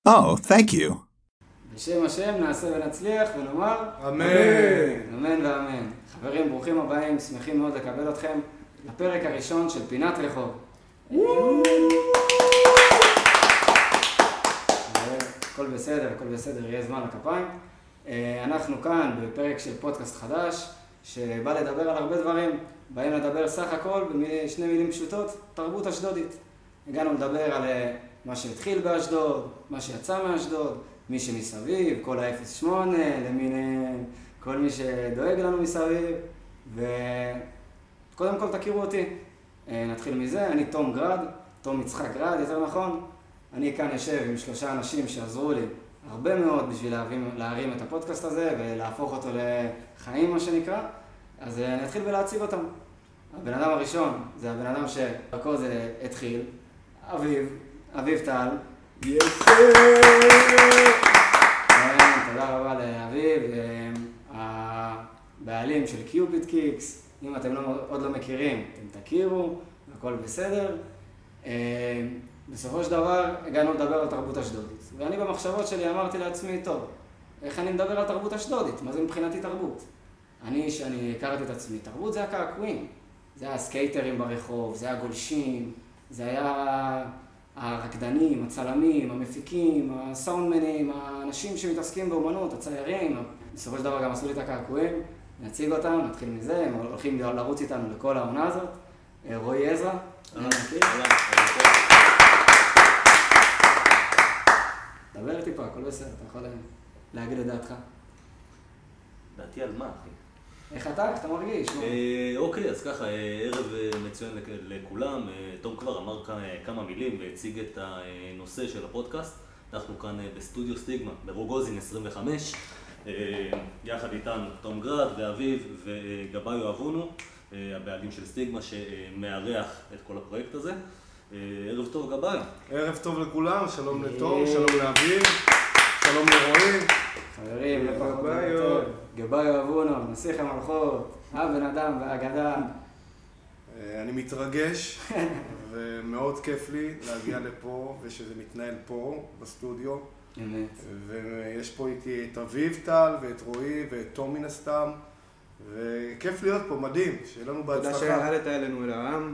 Oh, thank you. בשם השם נעשה ונצליח ונאמר אמן. אמן ואמן. חברים, ברוכים הבאים, שמחים מאוד לקבל אתכם לפרק הראשון של פינת רחוב. הכל בסדר, יהיה זמן לכפיים. אנחנו כאן בפרק של פודקאסט חדש שבא לדבר על הרבה דברים. באים לדבר סך הכל בשני מילים פשוטות, תרבות אשדודית. הגענו לדבר על מה שהתחיל באשדוד, מה שיצא מאשדוד, מי שמסביב, כל ה-08 למיניהם, כל מי שדואג לנו מסביב. וקודם כל תכירו אותי. נתחיל מזה, אני תום יצחק גרד, יותר נכון. אני כאן יושב עם 3 אנשים שעזרו לי הרבה מאוד בשביל להרים את הפודקאסט הזה ולהפוך אותו לחיים, מה שנקרא. אז אני אתחיל ולהציג אותם. הבן אדם הראשון זה הבן אדם שדרכו זה התחיל, אביב טל. תודה רבה לאביב, הבעלים של קיופיד קיקס. אם אתם עוד לא מכירים, אתם תכירו, הכל בסדר. בסופו של דבר הגענו לדבר על תרבות אשדודית. ואני במחשבות שלי אמרתי לעצמי, טוב, איך אני מדבר על תרבות אשדודית? מה זה מבחינתי תרבות? שאני הכרתי את עצמי, תרבות זה הקעקועים. זה היה הסקייטרים ברחוב, זה היה גולשים, זה היה הרקדנים, הצלמים, המפיקים, הסאונדמנים, האנשים שמתעסקים באומנות, הציירים. בסופו של דבר גם עשו לי את הקעקועים, נציג אותם, נתחיל מזה, הם הולכים לרוץ איתנו לכל העונה הזאת. רועי עזרא, דבר טיפה, הכל בסדר, אתה יכול להגיד את דעתך. דעתי על מה, אחי? איך אתה מרגיש? אוקיי, אז ככה, ערב מצוין לכולם. תום כבר אמר כמה מילים והציג את הנושא של הפודקאסט. אנחנו כאן בסטודיו סטיגמה, ברוגוזין 25. יחד איתנו תום גרד ואביב וגבאיו אבונו, הבעלים של סטיגמה שמארח את כל הפרויקט הזה. ערב טוב גבאיו. ערב טוב לכולם, שלום לתום, שלום לאביב, שלום לרועי. חברים, לא פחות יותר. גבאיו אבונו, נסיך המלכות, הבן אדם והאגדה. אני מתרגש ומאוד כיף לי להגיע לפה ושזה מתנהל פה בסטודיו. אמת. ויש פה איתי את אביב טל ואת רועי ואת תום מן הסתם. וכיף להיות פה, מדהים, שיהיה לנו בהצלחה. תודה שירדת אלינו אל העם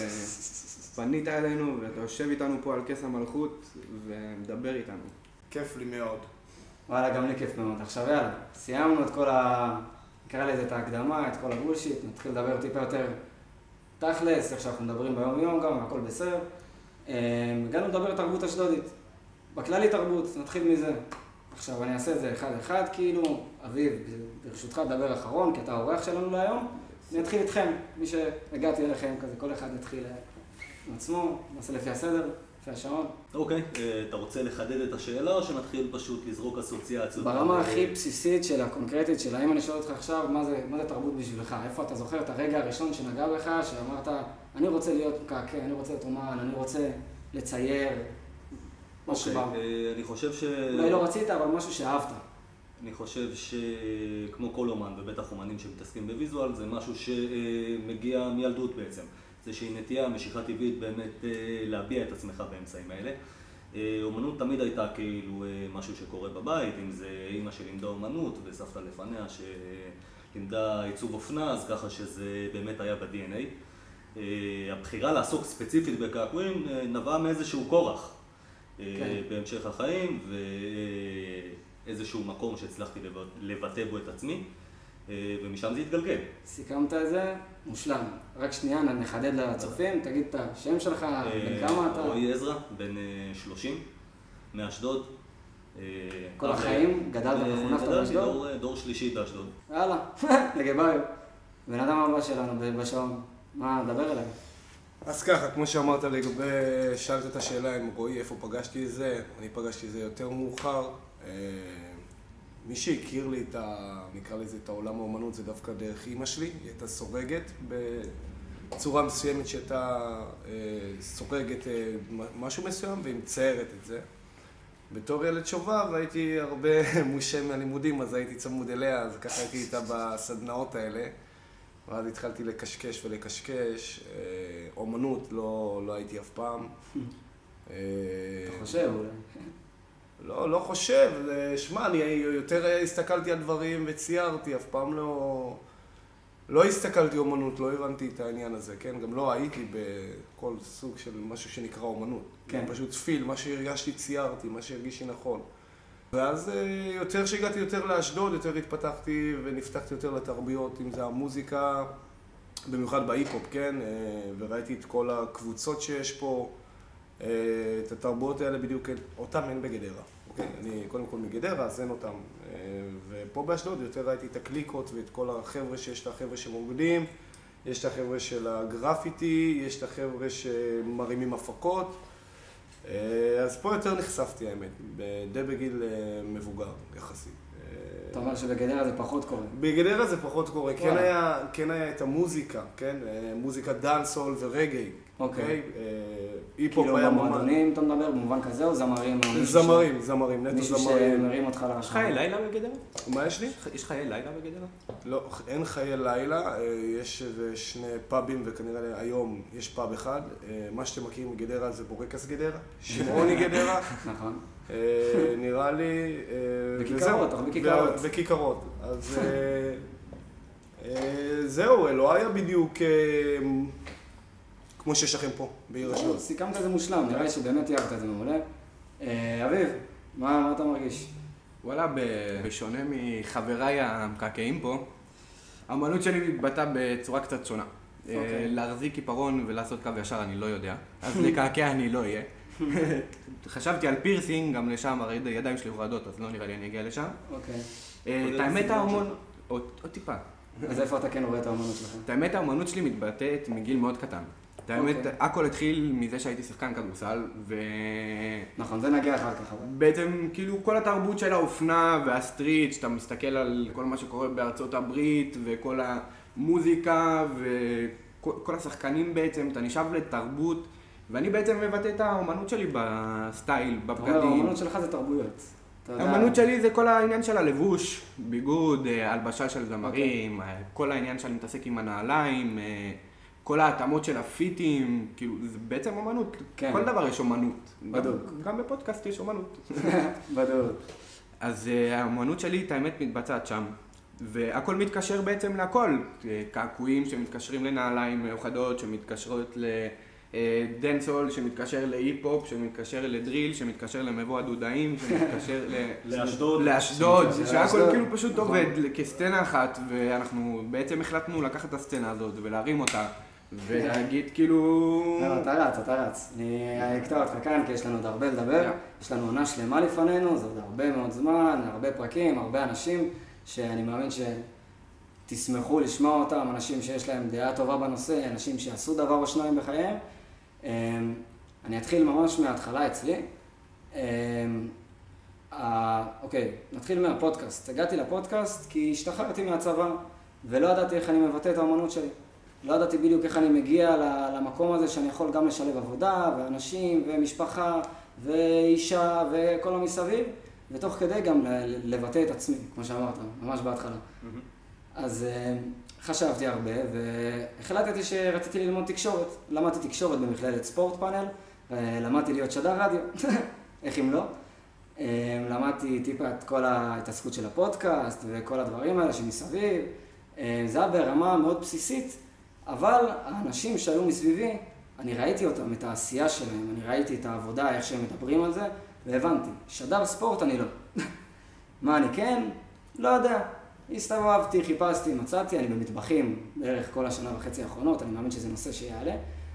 ופנית אלינו ואתה יושב איתנו פה על כס המלכות ומדבר איתנו. כיף לי מאוד. וואלה, גם לי כיף מאוד. עכשיו יאללה, סיימנו את כל נקרא לזה את ההקדמה, את כל הבולשיט, נתחיל לדבר טיפה יותר תכלס, איך שאנחנו מדברים ביום יום גם, הכל בסדר. הגענו לדבר תרבות אשדודית. בכללי תרבות, נתחיל מזה. עכשיו אני אעשה את זה אחד כאילו, אביב, ברשותך דבר אחרון, כי אתה האורח שלנו להיום. אני אתחיל איתכם, מי שהגעתי אליכם כזה, כל אחד יתחיל עם עצמו, נעשה לפי הסדר. השעון. אוקיי, אתה רוצה לחדד את השאלה או שנתחיל פשוט לזרוק אסוציאציות? ברמה הכי בסיסית של הקונקרטית של האם אני שואל אותך עכשיו מה זה תרבות בשבילך? איפה אתה זוכר את הרגע הראשון שנגע בך, שאמרת אני רוצה להיות מקעקע, אני רוצה להיות אומן, אני רוצה לצייר, משהו בא. אני חושב אולי לא רצית, אבל משהו שאהבת. אני חושב שכמו כל אומן, ובטח אומנים שמתעסקים בוויזואל, זה משהו שמגיע מילדות בעצם. זה שהיא נטייה, משיכה טבעית באמת להביע את עצמך באמצעים האלה. אומנות תמיד הייתה כאילו משהו שקורה בבית, אם זה אמא שלימדה אומנות וסבתא לפניה שלימדה עיצוב אופנה, אז ככה שזה באמת היה ב-DNA. הבחירה לעסוק ספציפית בקעקועים נבעה מאיזשהו כורח בהמשך החיים ואיזשהו מקום שהצלחתי לבטא בו את עצמי. ומשם זה התגלגל. סיכמת את זה, מושלם. רק שנייה, נחדד לצופים, תגיד את השם שלך, בן כמה אתה? רועי עזרא, בן 30, מאשדוד. כל החיים? גדלת וחונכת באשדוד? גדלתי דור שלישי באשדוד. יאללה, לגבאיו. בן אדם הבא שלנו בשעון. מה, דבר אליי. אז ככה, כמו שאמרת לגבי, שאלת את השאלה עם רועי, איפה פגשתי את זה? אני פגשתי את זה יותר מאוחר. מי שהכיר לי נקרא לזה, את העולם האומנות, זה דווקא דרך אמא שלי. היא הייתה סורגת בצורה מסוימת שהייתה סורגת משהו מסוים והיא מציירת את זה. בתור ילד שובב הייתי הרבה מושם מהלימודים, אז הייתי צמוד אליה, אז ככה הייתי איתה בסדנאות האלה. ואז התחלתי לקשקש, אומנות לא הייתי אף פעם. אתה חושב אולי? לא חושב, שמע, אני יותר הסתכלתי על דברים וציירתי, אף פעם לא הסתכלתי אומנות, לא הבנתי את העניין הזה, כן? גם לא הייתי בכל סוג של משהו שנקרא אומנות. כן. פשוט פיל, מה שהרגשתי ציירתי, מה שהרגישי נכון. ואז יותר שהגעתי יותר לאשדוד, יותר התפתחתי ונפתחתי יותר לתרביות, אם זה המוזיקה, במיוחד בהיפ-הופ, כן? וראיתי את כל הקבוצות שיש פה, את התרבויות האלה בדיוק, אותם אין בגדרה. אוקיי? אני קודם כל מגדרה, אז אין אותם. ופה באשדוד יותר ראיתי את הקליקות ואת כל החבר'ה שיש את החבר'ה שמורגדים, יש את החבר'ה של הגרפיטי, יש את החבר'ה שמרימים הפקות. אז פה יותר נחשפתי האמת, די בגיל מבוגר יחסית. אתה אומר שבגדרה זה פחות קורה. בגדרה זה פחות קורה, כן היה את המוזיקה, כן? מוזיקה דאנסול ורגעי, אוקיי? כאילו במועדונים אתה מדבר במובן כזה או זמרים? זמרים, נטו זמרים. מישהו שמרים אותך לרשת. יש חיי לילה בגדרה? מה יש לי? יש חיי לילה בגדרה? לא, אין חיי לילה, יש שני פאבים וכנראה היום יש פאב אחד. מה שאתם מכירים מגדרה זה בורקס גדרה, שמעוני גדרה. נכון. נראה לי... וכיכרות, הרבה כיכרות. וכיכרות. אז זהו, לא היה בדיוק כמו שיש לכם פה, בעיר אשדוד. סיכמת את זה מושלם, נראה לי שבאמת תיארת את זה מעולה. אביב, מה אתה מרגיש? וואלה, בשונה מחבריי המקעקעים פה, האמנות שלי מתבטאה בצורה קצת שונה. להחזיק עיפרון ולעשות קו ישר אני לא יודע, אז לקעקע אני לא אהיה. חשבתי על פירסינג, גם לשם הידיים שלי הורדות, אז לא נראה לי אני אגיע לשם. את האמת האמנות... עוד טיפה. אז איפה אתה כן רואה את האמנות שלך? את האמת האמנות שלי מתבטאת מגיל מאוד קטן. את האמת, הכל התחיל מזה שהייתי שחקן כדורסל, נכון, זה נגיע אחר כך. בעצם, כאילו, כל התרבות של האופנה והסטריט, שאתה מסתכל על כל מה שקורה בארצות הברית, וכל המוזיקה, וכל השחקנים בעצם, אתה נשאב לתרבות, ואני בעצם מבטא את האמנות שלי בסטייל, בבגדים. האמנות שלך זה תרבויות. האמנות שלי זה כל העניין של הלבוש, ביגוד, הלבשה של זמרים, כל העניין שאני מתעסק עם הנעליים, כל ההתאמות של הפיטים, כאילו, זה בעצם אמנות. כן. כל דבר יש אמנות. בדיוק. גם בפודקאסט יש אמנות. בדיוק. אז האמנות שלי, את האמת, מתבצעת שם. והכל מתקשר בעצם להכל. קעקועים שמתקשרים לנעליים מיוחדות, שמתקשרות לדנסול, שמתקשר להיפ-הופ, שמתקשר לדריל, שמתקשר למבוא הדודאים, שמתקשר לאשדוד. שהכל כאילו פשוט עובד כסצנה אחת, ואנחנו בעצם החלטנו לקחת את הסצנה הזאת ולהרים אותה. ולהגיד כאילו... אתה רץ. אני אקטע אותך כאן כי יש לנו עוד הרבה לדבר. יש לנו עונה שלמה לפנינו, זה עוד הרבה מאוד זמן, הרבה פרקים, הרבה אנשים שאני מאמין שתשמחו לשמוע אותם, אנשים שיש להם דעה טובה בנושא, אנשים שעשו דבר או שניים בחייהם. אני אתחיל ממש מההתחלה אצלי. אוקיי, נתחיל מהפודקאסט. הגעתי לפודקאסט כי השתחררתי מהצבא ולא ידעתי איך אני מבטא את האמנות שלי. לא ידעתי בדיוק איך אני מגיע למקום הזה שאני יכול גם לשלב עבודה ואנשים ומשפחה ואישה וכל המסביב, ותוך כדי גם לבטא את עצמי, כמו שאמרת, ממש בהתחלה. אז חשבתי הרבה והחלטתי שרציתי ללמוד תקשורת. למדתי תקשורת במכללת ספורט פאנל, למדתי להיות שדר רדיו, איך אם לא. למדתי טיפה את כל ההתעסקות של הפודקאסט וכל הדברים האלה שמסביב. זה היה ברמה מאוד בסיסית. אבל האנשים שהיו מסביבי, אני ראיתי אותם, את העשייה שלהם, אני ראיתי את העבודה, איך שהם מדברים על זה, והבנתי, שדר ספורט אני לא. מה אני כן? לא יודע. הסתובבתי, חיפשתי, מצאתי, אני במטבחים בערך כל השנה וחצי האחרונות, אני מאמין שזה נושא שיעלה.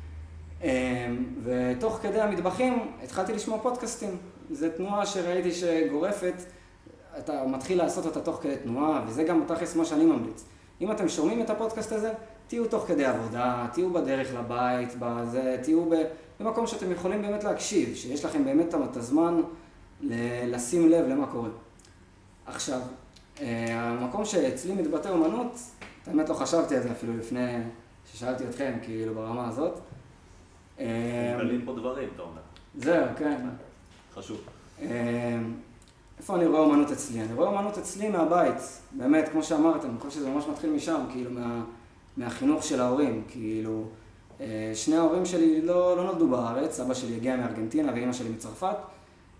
ותוך כדי המטבחים התחלתי לשמוע פודקאסטים. זו תנועה שראיתי שגורפת, אתה מתחיל לעשות אותה תוך כדי תנועה, וזה גם בתכלס מה שאני ממליץ. אם אתם שומעים את הפודקאסט הזה, תהיו תוך כדי עבודה, תהיו בדרך לבית, תהיו במקום שאתם יכולים באמת להקשיב, שיש לכם באמת את הזמן לשים לב למה קורה. עכשיו, המקום שאצלי מתבטא אומנות, באמת לא חשבתי על זה אפילו לפני ששאלתי אתכם, כאילו ברמה הזאת. מתגלים פה דברים, אתה אומר. זהו, כן. חשוב. איפה אני רואה אומנות אצלי? אני רואה אומנות אצלי מהבית, באמת, כמו שאמרתם, אני חושב שזה ממש מתחיל משם, כאילו מהחינוך של ההורים, כאילו, שני ההורים שלי לא נולדו בארץ, אבא שלי הגיע מארגנטינה ואמא שלי מצרפת,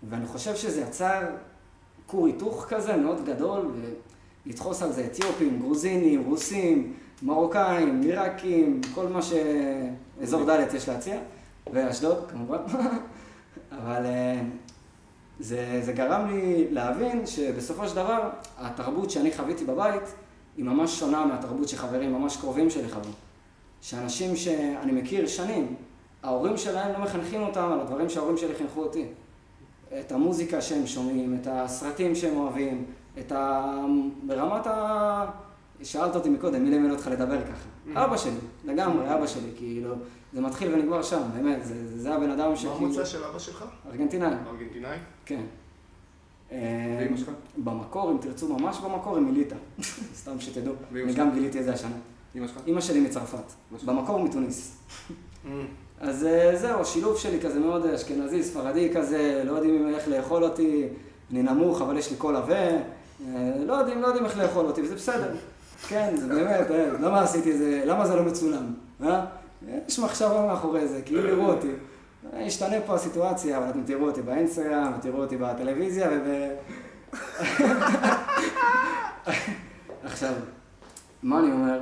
ואני חושב שזה יצר כור היתוך כזה מאוד גדול, ולדחוס על זה אתיופים, גרוזינים, רוסים, מרוקאים, עיראקים, כל מה שאזור ד' יש להציע, ואשדוד כמובן. אבל זה גרם לי להבין שבסופו של דבר התרבות שאני חוויתי בבית היא ממש שונה מהתרבות שחברים ממש קרובים שלי חוו. שאנשים שאני מכיר שנים, ההורים שלהם לא מחנכים אותם על הדברים שההורים שלי חינכו אותי. את המוזיקה שהם שומעים, את הסרטים שהם אוהבים, ברמת שאלת אותי מקודם, מי לימד אותך לדבר ככה? אבא שלי, לגמרי, אבא שלי, כאילו, זה מתחיל ונגמר שם, באמת, זה הבן אדם מה המוצא של אבא שלך? ארגנטינאי. ארגנטינאי? כן. ואמא שלך? במקור, אם תרצו ממש במקור, היא מיליטה. סתם שתדעו, אני גם גיליתי את זה השנה. אמא שלך? אמא שלי מצרפת, במקור מתוניס. אז זהו, שילוב שלי כזה מאוד אשכנזי, ספרדי כזה, לא יודעים איך לאכול אותי, אני נמוך אבל יש לי קול עבה, לא יודעים איך לאכול אותי, וזה בסדר. כן, זה באמת, למה עשיתי את זה, למה זה לא מצולם? יש מחשבה מאחורי זה, כאילו יראו אותי. ישתנה פה הסיטואציה, אבל אתם תראו אותי באינסטגרם, תראו אותי בטלוויזיה עכשיו, מה אני אומר?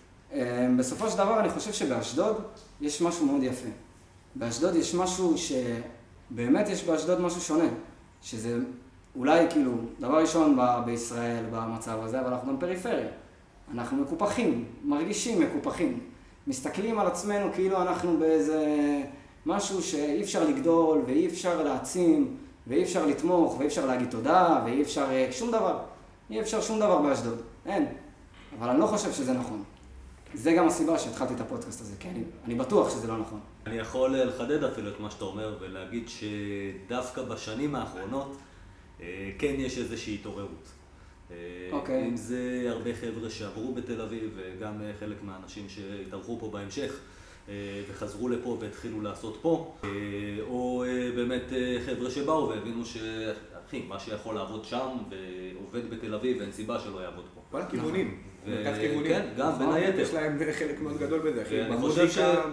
בסופו של דבר אני חושב שבאשדוד יש משהו מאוד יפה. באשדוד יש משהו שבאמת יש באשדוד משהו שונה. שזה אולי כאילו, דבר ראשון בישראל במצב הזה, אבל אנחנו גם פריפריה. אנחנו מקופחים, מרגישים מקופחים. מסתכלים על עצמנו כאילו אנחנו באיזה משהו שאי אפשר לגדול ואי אפשר להעצים ואי אפשר לתמוך ואי אפשר להגיד תודה ואי אפשר שום דבר. אי אפשר שום דבר באשדוד. אין. אבל אני לא חושב שזה נכון. זה גם הסיבה שהתחלתי את הפודקאסט הזה, כי אני בטוח שזה לא נכון. אני יכול לחדד אפילו את מה שאתה אומר ולהגיד שדווקא בשנים האחרונות כן יש איזושהי התעוררות. אוקיי. אם זה הרבה חבר'ה שעברו בתל אביב וגם חלק מהאנשים שהתארחו פה בהמשך וחזרו לפה והתחילו לעשות פה, או באמת חבר'ה שבאו והבינו שאחי, מה שיכול לעבוד שם ועובד בתל אביב אין סיבה שלא יעבוד פה. כל הכיוונים. מרכז כיוונים. כן, גם בין היתר. יש להם חלק מאוד גדול בזה. אני חושב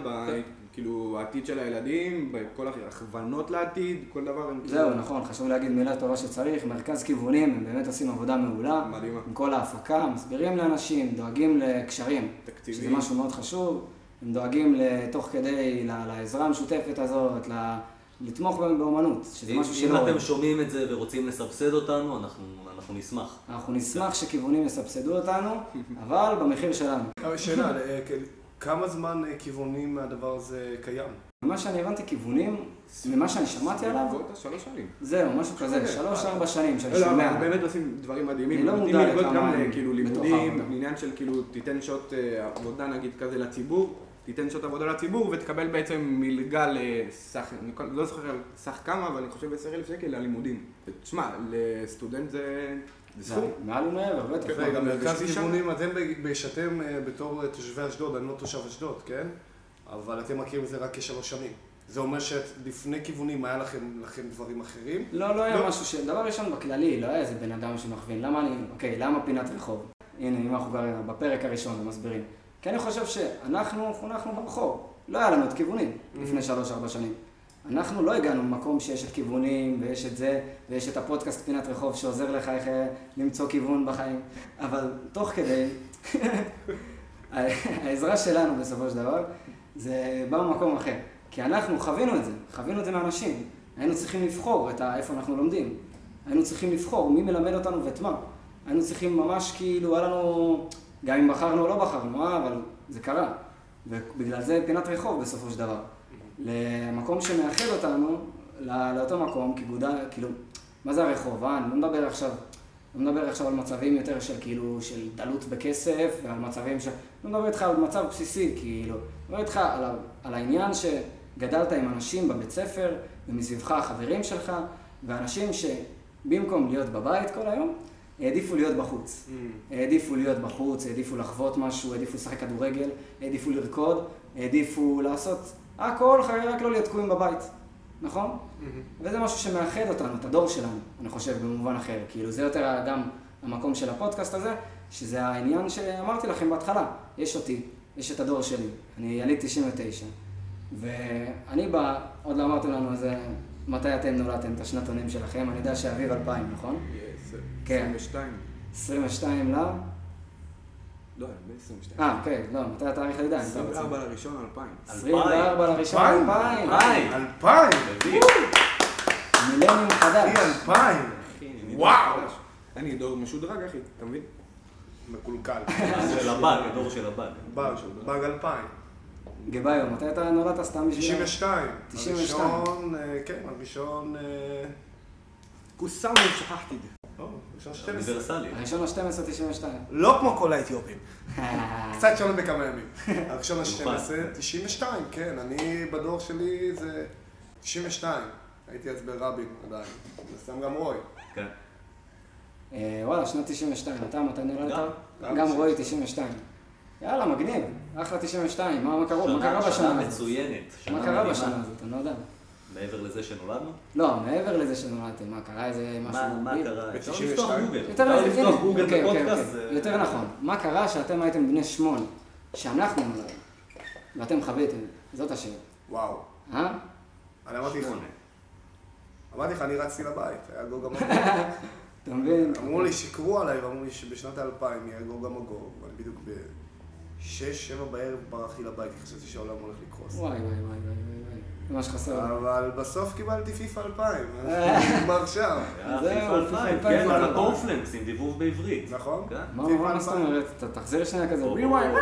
כאילו העתיד של הילדים, בכל הכוונות לעתיד, כל דבר הם... זהו, נכון, חשוב להגיד מילה טובה שצריך, מרכז כיוונים, הם באמת עושים עבודה מעולה. מדהימה. עם כל ההפקה, מסבירים לאנשים, דואגים לקשרים. תקציבים. שזה משהו מאוד חשוב. הם דואגים תוך כדי לעזרה המשותפת הזאת, לתמוך בהם באומנות, שזה משהו שלא... אם אתם שומעים את זה ורוצים לסבסד אותנו, אנחנו נשמח. אנחנו נשמח שכיוונים יסבסדו אותנו, אבל במחיר שלנו. שאלה, כמה זמן כיוונים מהדבר הזה קיים? ממה שאני הבנתי כיוונים, ממה שאני שמעתי עליו, 3 שנים. זהו, משהו כזה, 3-4 שנים שאני שומע. לא, באמת עושים דברים מדהימים. אני לא מודע לכמה גם כאילו לימודים, העבודה. עניין של כאילו תיתן שעות עבודה נגיד כזה לציבור, תיתן שעות עבודה לציבור ותקבל בעצם מלגה לסך, אני לא זוכר על סך כמה, אבל אני חושב 10,000 שקל ללימודים. תשמע, לסטודנט זה סכום. מעל ומעבר, בטח. רגע, מרכז כיוונים, שאתם בתור תושבי אשדוד, אני לא תושב אשדוד, כן? אבל אתם מכירים את זה רק כ3 שנים. זה אומר שלפני כיוונים היה לכם דברים אחרים? לא היה משהו דבר ראשון בכללי, לא היה איזה בן אדם שמכווין. למה פינת רחוב? הנה, אם אנחנו בפרק הראשון ומסבירים. כי אני חושב שאנחנו חונכנו ברחוב. לא היה לנו את כיוונים לפני 3-4 שנים. אנחנו לא הגענו למקום שיש את כיוונים ויש את זה, ויש את הפודקאסט פינת רחוב שעוזר לך איך למצוא כיוון בחיים. אבל תוך כדי, העזרה שלנו בסופו של דבר, זה בא ממקום אחר. כי אנחנו חווינו את זה מאנשים. היינו צריכים לבחור איפה אנחנו לומדים. היינו צריכים לבחור מי מלמד אותנו ואת מה. היינו צריכים ממש כאילו, היה לנו, גם אם בחרנו או לא בחרנו, אבל זה קרה. ובגלל זה פינת רחוב בסופו של דבר. למקום שמאחד אותנו, לאותו מקום, כאילו, מה זה הרחוב? אני לא מדבר עכשיו על מצבים יותר של כאילו, של דלות בכסף, ועל מצבים לא מדבר איתך על מצב בסיסי, כאילו, מדבר איתך על העניין שגדלת עם אנשים בבית ספר, ומסביבך החברים שלך, ואנשים שבמקום להיות בבית כל היום, העדיפו להיות בחוץ. העדיפו לחוות משהו, העדיפו לשחק כדורגל, העדיפו לרקוד, העדיפו לעשות הכל, רק לא להיות תקועים בבית, נכון? וזה משהו שמאחד אותנו, את הדור שלנו, אני חושב, במובן אחר. כאילו, זה יותר גם המקום של הפודקאסט הזה, שזה העניין שאמרתי לכם בהתחלה. יש אותי, יש את הדור שלי. אני יליד 99. ואני עוד לא אמרתי לנו איזה מתי אתם נולדתם, את השנתונים שלכם? אני יודע שאביב 2000, נכון? כן. 22. 22 ל... לא, ב-22. אוקיי, לא, מתי התאריך לידה? 24 לראשון 2000. 24 לראשון 2000. 2000! מילניום חדש. 2000! וואו! אני דור משודרג, אחי, אתה מבין? מקולקל. של הבאג, הדור של הבאג. באג 2000. גבאיו, מתי אתה נולדת סתם בשביל... 92. 92. הראשון, כן, הראשון... קוסם שכחתי את זה. ראשון 12. אוניברסלי. הראשון ה-12, 92. לא כמו כל האתיופים. קצת שונה בכמה ימים. הראשון ה-12, 92, כן, אני בדור שלי זה 92. הייתי אז ברבין עדיין. נסתם גם רוי. כן. וואלה, שנת 92, אתה מתי נולדת? גם גם רועי 92. יאללה, מגניב, אחלה 92, מה קרה בשנה שנה הזאת? מצוינת. מה קרה בשנה הזאת? אני לא יודע. מעבר לזה שנולדנו? לא, מעבר לזה שנולדתם, מה קרה איזה משהו? מה קרה? אפשר ב-92? לפתוח גוגל. יותר אפשר הנה, לפתוח גוגל אוקיי, בפודקאסט. יותר נכון. מה קרה שאתם הייתם בני 8, שאנחנו נולדנו, ואתם חוויתם? זאת השאלה. וואו. אה? אני אמרתי לך, אני רצתי לבית, היה גוג המגוג. אתה מבין? אמרו לי, שיקרו עליי, ואמרו לי שבשנת 2000 יהיה גוג המגוג, ואני בדיוק ב-6-7 בערב ברחתי לבית, כי חשבתי שהעולם הולך לקרוס. וואי, ממש חסר. אבל בסוף קיבלתי פיפה 2000, נגמר שם. זהו, פיפה 2000. כן, על הקורפלנקס עם דיבוב בעברית. נכון? כן. מה זאת אומרת? תחזיר שנייה כזה, rewind.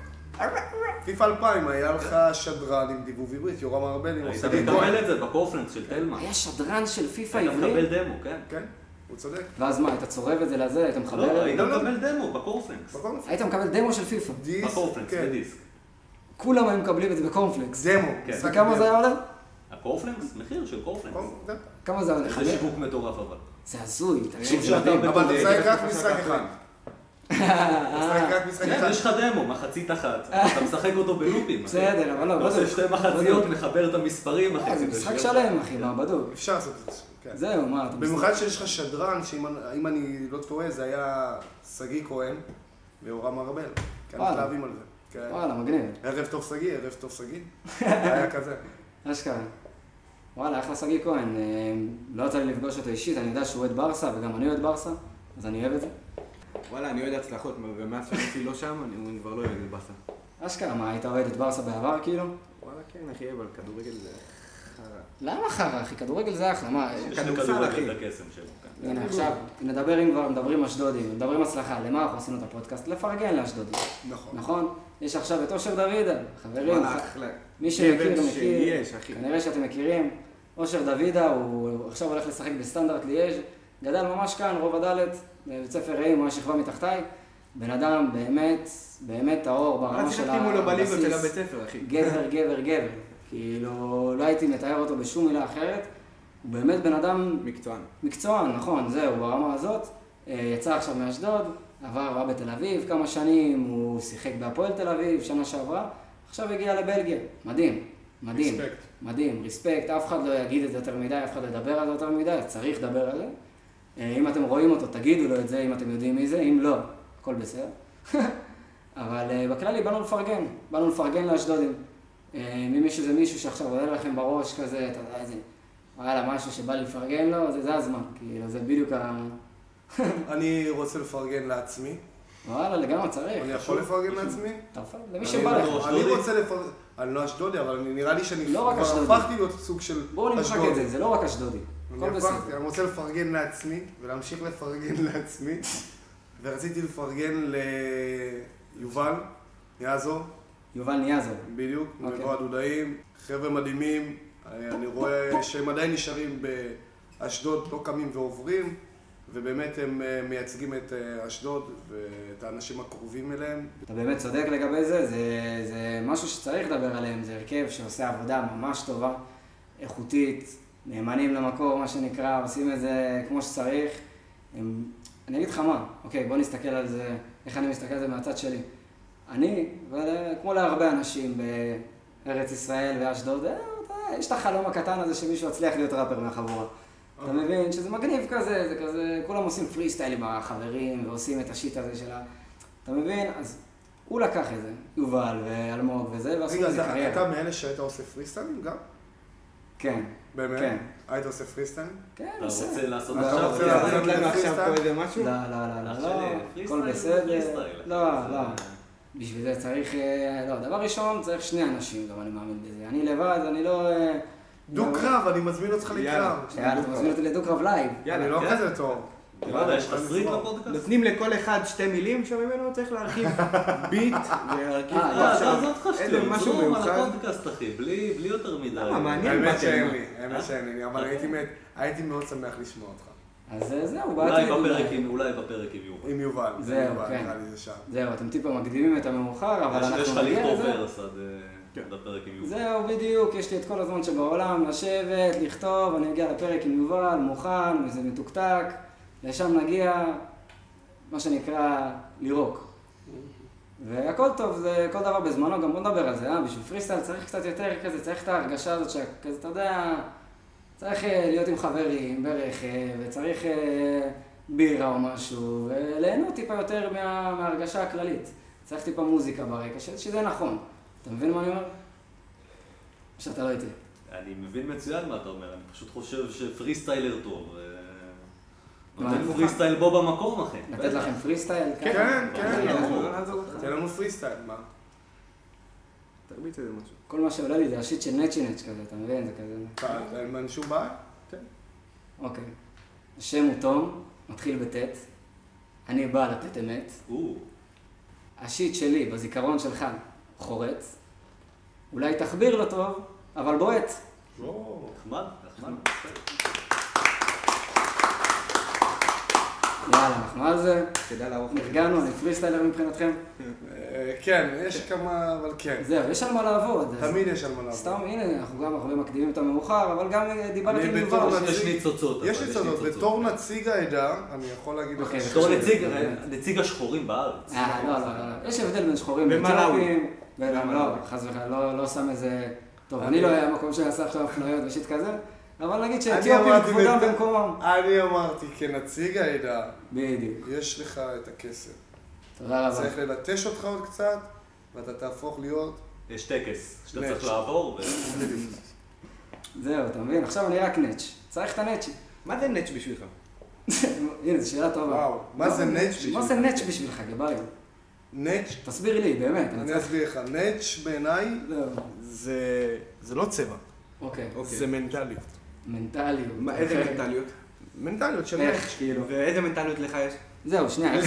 פיפה 2000 היה לך שדרן עם דיבוב עברית, יורם ארבלי, היית מקבל את זה בקורפלנקס של תלמה. היה שדרן של פיפה היית עברי? מקבל דמו, כן. כן, הוא צודק. ואז מה, היית צורב את זה לזה, היית מחבר? לא, היית לא. מקבל דמו בקורפלנקס. היית מקבל דמו של פיפה. דיסק, בקורפלנקס, כן. בדיסק. כולם היו מקבלים את זה בקורנפלקס. דמו. כן. משחק וכמה דמו. זה היה עולה? הקורפלנקס? מחיר של קורפלנקס. כן. כמה זה עולה? זה שיווק מטורף אבל. זה הזוי, תקשיב, זה שאתה מדהים. אבל אתה בתור- משחק רק משחק אחד. אתה משחק רק משחק כן, אחד. יש לך דמו, מחצית אחת. אתה משחק אותו בלופים. אחי. בסדר, אבל לא, אתה עושה שתי מחציות, מחבר את המספרים, אחי. זה כדי משחק שיהיה- שלם, אחי, מה, בדוק. אפשר לעשות את זה. כן. זהו, מה, אתה במיוחד שיש לך שדרן, שאם אני לא טועה, זה היה שגיא כהן ויורם ארבל. כן, וואלה. מתלהבים על זה. כן. וואלה, מגניב. ערב טוב שגיא, ערב טוב שגיא. זה היה כזה. אשכרה. וואלה, אחלה שגיא כהן. לא יצא לי לפגוש אותו אישית, אני יודע שהוא אוהד ברסה, וגם אני אוהד ברסה, אז אני אוהב את זה. וואלה, אני אוהד הצלחות, ומאז שאני לא שם, אני כבר לא אוהד את באסה. אשכרה, מה, היית אוהד את ברסה בעבר, כאילו? וואלה, כן, אחי, אבל כדורגל זה חרא. למה חרא, אחי? כדורגל זה אחלה, מה? יש כדורסל, לכדורגל אחי. את הקסם שלו. כן. הנה, עכשיו, נדבר אם כבר מדברים אשדודים, מדברים הצלחה, למה אנחנו עשינו את הפודקאסט? לפרגן לאשדודים. נכון. נכון? יש עכשיו את אושר דוידה, חברים, וואלה, אחלה. מי שמכיר, גבר מכיר, שיש, אחי. כנראה שאתם מכירים. אושר דוידה, הוא עכשיו הולך לשחק בסטנדרט ליאז', גדל ממש כאן, רובע ד' בבית ספר רעים, הוא השכבה מתחתיי. בן אדם באמת טהור ברמה של שיחקתי מולו בליגות של הבסיס. הבית ספר, אחי. גבר. כאילו, לא הייתי מתאר אותו בשום מילה אחרת. הוא באמת בן אדם מקצוען, נכון, זהו, ברמה הזאת. יצא עכשיו מאשדוד, היה בתל אביב כמה שנים, הוא שיחק בהפועל תל אביב, שנה שעברה. עכשיו הגיע לבלגיה, מדהים. ריספקט. מדהים, ריספקט, אף אחד לא יגיד את זה יותר מדי, אף אחד לא ידבר על זה יותר מדי, צריך לדבר על זה. אם אתם רואים אותו, תגידו לו את זה, אם אתם יודעים מי זה, אם לא, הכל בסדר. אבל בכללי באנו לפרגן לאשדודים. אם יש איזה מישהו שעכשיו עולה לכם בראש כזה, אתה יודע, איזה, וואלה, משהו שבא לי לפרגן לו, זה הזמן, כאילו, זה בדיוק אני רוצה לפרגן לעצמי. וואלה, לגמרי צריך. אני יכול לפרגן לעצמי? אתה יכול, למי שבא לך. אני רוצה לפרגן, אני לא אשדודי, אבל נראה לי שאני לא רק כבר אשדודי. הפכתי להיות סוג של אשדודי. בואו נמחק את זה, זה לא רק אשדודי. הכל בסדר. אני רוצה לפרגן לעצמי, ולהמשיך לפרגן לעצמי, ורציתי לפרגן ליובל ניאזו, יובל ניאזו. בדיוק, אוקיי. מבוא הדודאים, חבר'ה מדהימים, אני רואה שהם עדיין נשארים באשדוד, לא קמים ועוברים, ובאמת הם מייצגים את אשדוד ואת האנשים הקרובים אליהם. אתה באמת צודק לגבי זה, זה משהו שצריך לדבר עליהם, זה הרכב שעושה עבודה ממש טובה, איכותית, נאמנים למקור, מה שנקרא, עושים את זה כמו שצריך. אני אגיד לך מה, אוקיי, בוא נסתכל על זה, איך אני מסתכל על זה מהצד שלי. אני, כמו להרבה אנשים בארץ ישראל ואשדוד, יש את החלום הקטן הזה שמישהו יצליח להיות ראפר מהחבורה. אתה מבין שזה מגניב כזה, זה כזה, כולם עושים פרי סטייל עם החברים ועושים את השיט הזה שלה. אתה מבין? אז הוא לקח את זה, יובל ואלמוג וזה, ועשו את זה רגע, קריירה. אתה מאלה שהיית עושה פרי סטיילים גם? כן, באמת? כן. היית עושה פריסטייל? כן, אתה עושה. רוצה לעשות אתה עכשיו? רוצה לתת לעשות לנו עכשיו פריסטייל? פה איזה משהו? לא, אח לא, שלי, הכל פריסטייל זה בסדר. פריסטייל. לא. בשביל זה צריך, לא, דבר ראשון צריך 2 אנשים, גם אני מאמין בזה. אני לבד, אני לא... דו-קרב, אני מזמין אותך לקרב. יאללה, אתה מזמין אותי לדו-קרב לייב. אני לא כן. כזה טוב. וואלה, יש לך אני סריט אשמח. לפודקאסט? נותנים לכל אחד 2 מילים שממנו צריך להרכיב ביט ולהרכיב עזוב אותך איזה שטויות, משהו זרום על מיוחד. הפודקאסט אחי, בלי יותר מדי. למה, מעניין. האמת שאין בתמה. לי, האמת שאין לי, אבל הייתי מאוד שמח לשמוע אותך. אז זהו, אולי בפרק עם יובל. עם יובל, זהו, יובל, כן. נראה לי זה שם. זהו, אתם טיפה מקדימים את המאוחר, אבל יש אנחנו לך נגיע לכתוב לזה. ורס עד הפרק עם יובל. זהו, בדיוק, יש לי את כל הזמן שבעולם, לשבת, לכתוב, אני אגיע לפרק עם יובל, מוכן, וזה מתוקתק, לשם נגיע, מה שנקרא, לירוק. והכל טוב, זה כל דבר בזמנו, גם בוא נדבר על זה, בשביל פריסטייל צריך קצת יותר כזה, צריך את ההרגשה הזאת שכזה, אתה יודע, צריך להיות עם חברים ברכב, וצריך בירה או משהו, וליהנות טיפה יותר מההרגשה הכללית. צריך טיפה מוזיקה ברקע, שזה נכון. אתה מבין מה אני אומר? שאתה לא איתי. אני מבין מצוין מה אתה אומר, אני פשוט חושב שפריסטיילר טוב. מה, נותן פריסטייל בו במקום, אחי. לתת לכם פריסטייל? כן, כן, ברור. תן לנו פריסטייל, מה? תרביץ איזה משהו. כל מה שעולה לי זה השיט של נצ'י כזה, אתה מבין? זה כזה. אין שום בעיה? אוקיי. השם הוא תום, מתחיל בט', אני בא לתת אמת. השיט שלי בזיכרון שלך חורץ. אולי תחביר לו טוב, אבל בועט. נחמד. יאללה, אנחנו על זה. כדאי לערוך. נרגענו, אני פריסטיילר מבחינתכם. כן, יש כמה, אבל כן. זהו, יש על מה לעבוד. תמיד יש על מה לעבוד. סתם, הנה, אנחנו גם הרבה מקדימים את המאוחר, אבל גם דיברתי עם יובל. יש ניצוצות. יש ניצוצות. בתור נציג העדה, אני יכול להגיד לך... בתור נציג השחורים בארץ. לא. יש הבדל בין שחורים ומלאווי. לא, חס וחלילה, לא שם איזה... טוב, אני לא היה מקום שעשה עכשיו הפניות ושיט כזה, אבל נגיד שאתיופים כבודם במקומם. אני אמרתי, כנציג העדה, בדיוק. יש לך את הכסף. תודה רבה. צריך ללטש אותך עוד קצת, ואתה תהפוך להיות... יש טקס שאתה צריך לעבור. זהו, אתה מבין? עכשיו אני רק נץ'. צריך את הנצ'י. מה זה נץ' בשבילך? הנה, זו שאלה טובה. וואו, מה זה נץ' בשבילך? מה זה נץ' בשבילך, גבריו? נץ'? תסביר לי, באמת. אני אסביר לך. נץ' בעיניי זה לא צבע. אוקיי. זה מנטליות. מנטליות. איזה מנטליות? מנטליות של איך, נץ'. כאילו. ואיזה מנטליות לך יש? זהו, שנייה.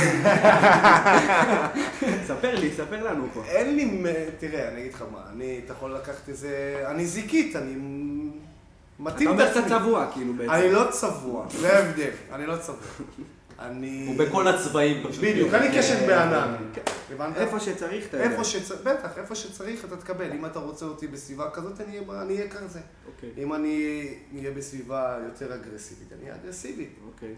ספר לנו פה. אין לי... תראה, אני אגיד לך מה, אתה יכול לקחת איזה... אני זיקית, אני מתאים את אתה עצמי. אומר שאתה צבוע, כאילו בעצם. אני לא צבוע, זה ההבדל, אני לא צבוע. הוא בכל הצבעים פשוט. בדיוק, אני קשת בענן. הבנת? איפה שצריך, אתה יודע. בטח, איפה שצריך אתה תקבל. אם אתה רוצה אותי בסביבה כזאת, אני אהיה כזה. אוקיי. אם אני אהיה בסביבה יותר אגרסיבית, אני אהיה אגרסיבית. אוקיי.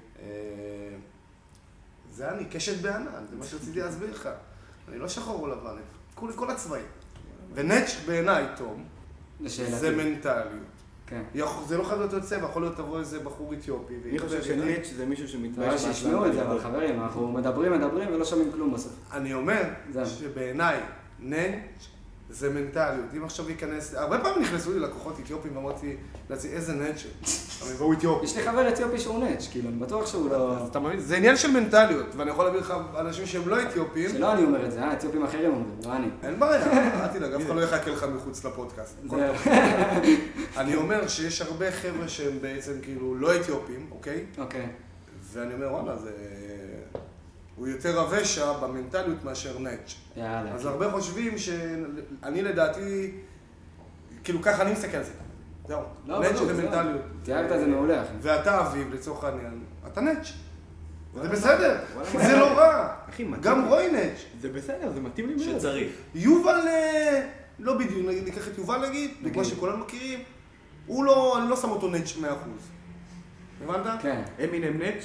זה אני, קשת בענן, זה מה שרציתי להסביר לך. אני לא שחור או לבן, כל הצבעים. ונץ' בעיניי, תום, זה מנטליות. כן. זה לא חייב להיות צבע, יכול להיות תבוא איזה בחור אתיופי. אני חושב שנץ' זה מישהו שמתבייש. לא, שישמעו את זה, אבל חברים, אנחנו מדברים ולא שומעים כלום בסוף. אני אומר שבעיניי נץ' זה מנטליות. אם עכשיו ייכנס... הרבה פעמים נכנסו לי לקוחות אתיופים ואמרתי לעצמי, איזה נץ' והוא אתיופי. יש לי חבר אתיופי שהוא נץ', כאילו, אני בטוח שהוא לא... אתה מבין? זה עניין של מנטליות, ואני יכול להביא לך אנשים שהם לא אתיופים. שלא אני אומר את זה, אתיופים אחרים אומרים, לא אני. אין בעיה, אל תדאג, אף אחד לא יחכה לך מחוץ לפודקאסט. אני אומר שיש הרבה חבר'ה שהם בעצם כאילו לא אתיופים, אוקיי? אוקיי. ואני אומר, וואלה, זה... הוא יותר רבשע במנטליות מאשר נץ'. יאללה. אז הרבה חושבים שאני לדעתי, כאילו ככה אני מסתכל על זה. זהו, נץ' זה מנטליות. תיארת את זה מעולה, אחי. ואתה אביב, לצורך העניין, אתה נץ'. זה בסדר, זה לא רע. גם רוי נץ'. זה בסדר, זה מתאים לי מאוד. שצריך. יובל, לא בדיוק, ניקח את יובל נגיד, מה שכולנו מכירים, הוא לא, אני לא שם אותו נץ' 100%. הבנת? כן. אמינם נץ'?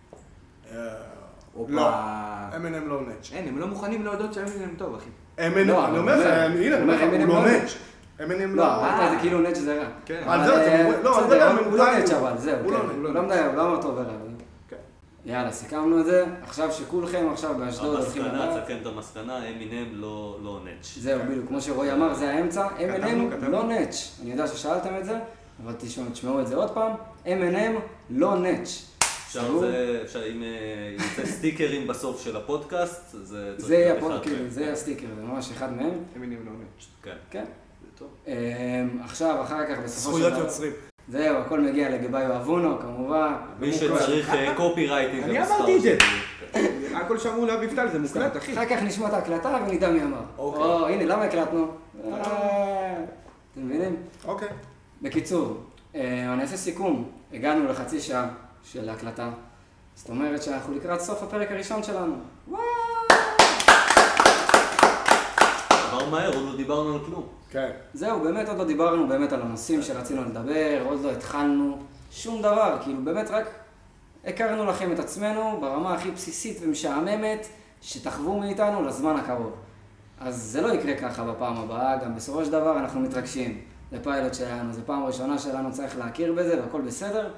לא, אמינם לא נץ'. אין, הם לא מוכנים להודות שאמינם טוב, אחי. אמינם, אני אומר לך, הנה, הוא לא נץ'. אמינם לא... לא, אמרת זה כאילו נץ' זה רע. כן. על זה אתה אומר, לא, על זה הוא לא נץ' אבל, זהו. הוא לא הוא לא מדבר, הוא לא אמר טוב ורע. יאללה, סיכמנו את זה. עכשיו שכולכם עכשיו באשדוד הולכים לדעת. תסכם את המסקנה, אמינם לא נץ'. זהו, בדיוק, כמו שרועי אמר, זה האמצע, אמינם לא נץ'. אני יודע ששאלתם את זה, אבל תשמעו את זה עוד פעם, M&M לא נץ'. אפשר אם יוצא סטיקרים בסוף של הפודקאסט, זה יהיה הפודקאסט, זה יהיה הסטיקר, זה ממש אחד מהם. M&M לא נץ'. כן. כן. זה טוב. עכשיו, אחר כך, בסופו של זכויות דבר... יוצרים. זהו, הכל מגיע לגביו אבונו, כמובן. מי שצריך קופי רייטינג. אני אמרתי את זה. הכל שמעו לאביב טל, זה מוקלט, אחי. אחר כך נשמע את ההקלטה ונדע מי אמר. או, הנה, למה הקלטנו? אתם מבינים? אוקיי. בקיצור, אני אעשה סיכום. הגענו לחצי שעה של ההקלטה. זאת אומרת שאנחנו לקראת סוף הפרק הראשון שלנו. עבר מהר, עוד לא דיברנו על כלום. כן. זהו, באמת עוד לא דיברנו באמת על הנושאים שרצינו לדבר, עוד לא התחלנו שום דבר, כאילו באמת רק הכרנו לכם את עצמנו ברמה הכי בסיסית ומשעממת שתחוו מאיתנו לזמן הקרוב. אז זה לא יקרה ככה בפעם הבאה, גם בסופו של דבר אנחנו מתרגשים. זה פיילוט שלנו, זה פעם ראשונה שלנו, צריך להכיר בזה והכל בסדר.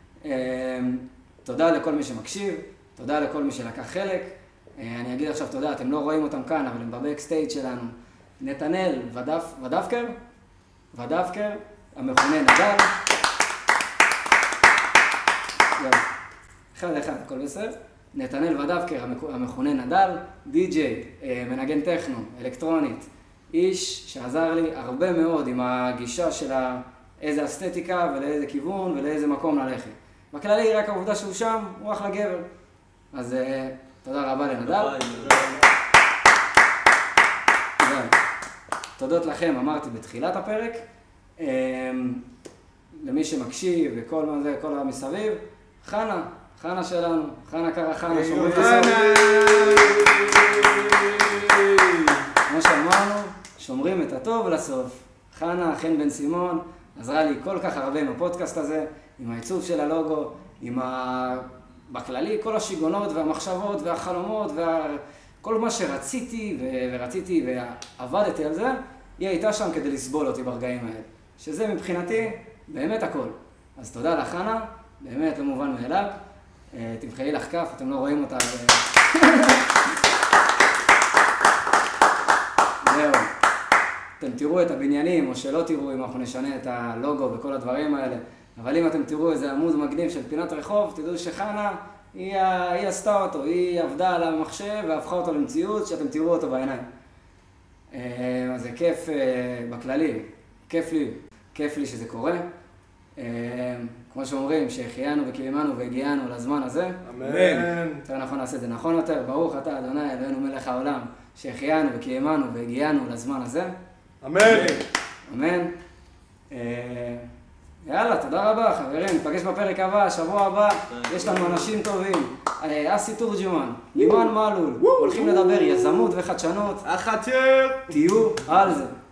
תודה לכל מי שמקשיב, תודה לכל מי שלקח חלק. אני אגיד עכשיו תודה, אתם לא רואים אותם כאן, אבל הם בבקסטייג' שלנו. נתנאל ודווקר, המכונה נדל. אחד, הכל בסדר. נתנאל ודווקר, המכונה נדל, די-ג'יי, מנגן טכנו, אלקטרונית. איש שעזר לי הרבה מאוד עם הגישה של איזה אסתטיקה ולאיזה כיוון ולאיזה מקום ללכת. בכללי, רק העובדה שהוא שם, הוא אחלה גבר. אז תודה רבה לנדל. תודות לכם, אמרתי בתחילת הפרק. למי שמקשיב וכל מה זה, כל המסביב. חנה שלנו, חנה קרא חנה, שומרים את הסוף. כמו שאמרנו, שומרים את הטוב לסוף. חנה, חן בן סימון, עזרה לי כל כך הרבה עם הפודקאסט הזה, עם העיצוב של הלוגו, בכללי, כל השיגונות והמחשבות והחלומות כל מה שרציתי ועבדתי על זה, היא הייתה שם כדי לסבול אותי ברגעים האלה. שזה מבחינתי באמת הכל. אז תודה לך, חנה, באמת לא מובן מאליו. תמחאי לך כף, אתם לא רואים אותה. זהו. אתם תראו את הבניינים, או שלא תראו אם אנחנו נשנה את הלוגו וכל הדברים האלה. אבל אם אתם תראו איזה עמוד מגניב של פינת רחוב, תדעו שחנה היא עשתה אותו, היא עבדה על המחשב והפכה אותו למציאות שאתם תראו אותו בעיניים. אז זה כיף בכללי, כיף לי שזה קורה. כמו שאומרים, שהחיינו וקיימנו והגיענו לזמן הזה. אמן. יותר נכון נעשה את זה נכון יותר, ברוך אתה אדוני אלוהינו מלך העולם, שהחיינו וקיימנו והגיענו לזמן הזה. אמן. אמן. יאללה, תודה רבה חברים, נפגש בפרק הבא, שבוע הבא, יש לנו אנשים טובים, אסי תורג'מן, לימן מלול, הולכים לדבר יזמות וחדשנות, החצר! תהיו על זה.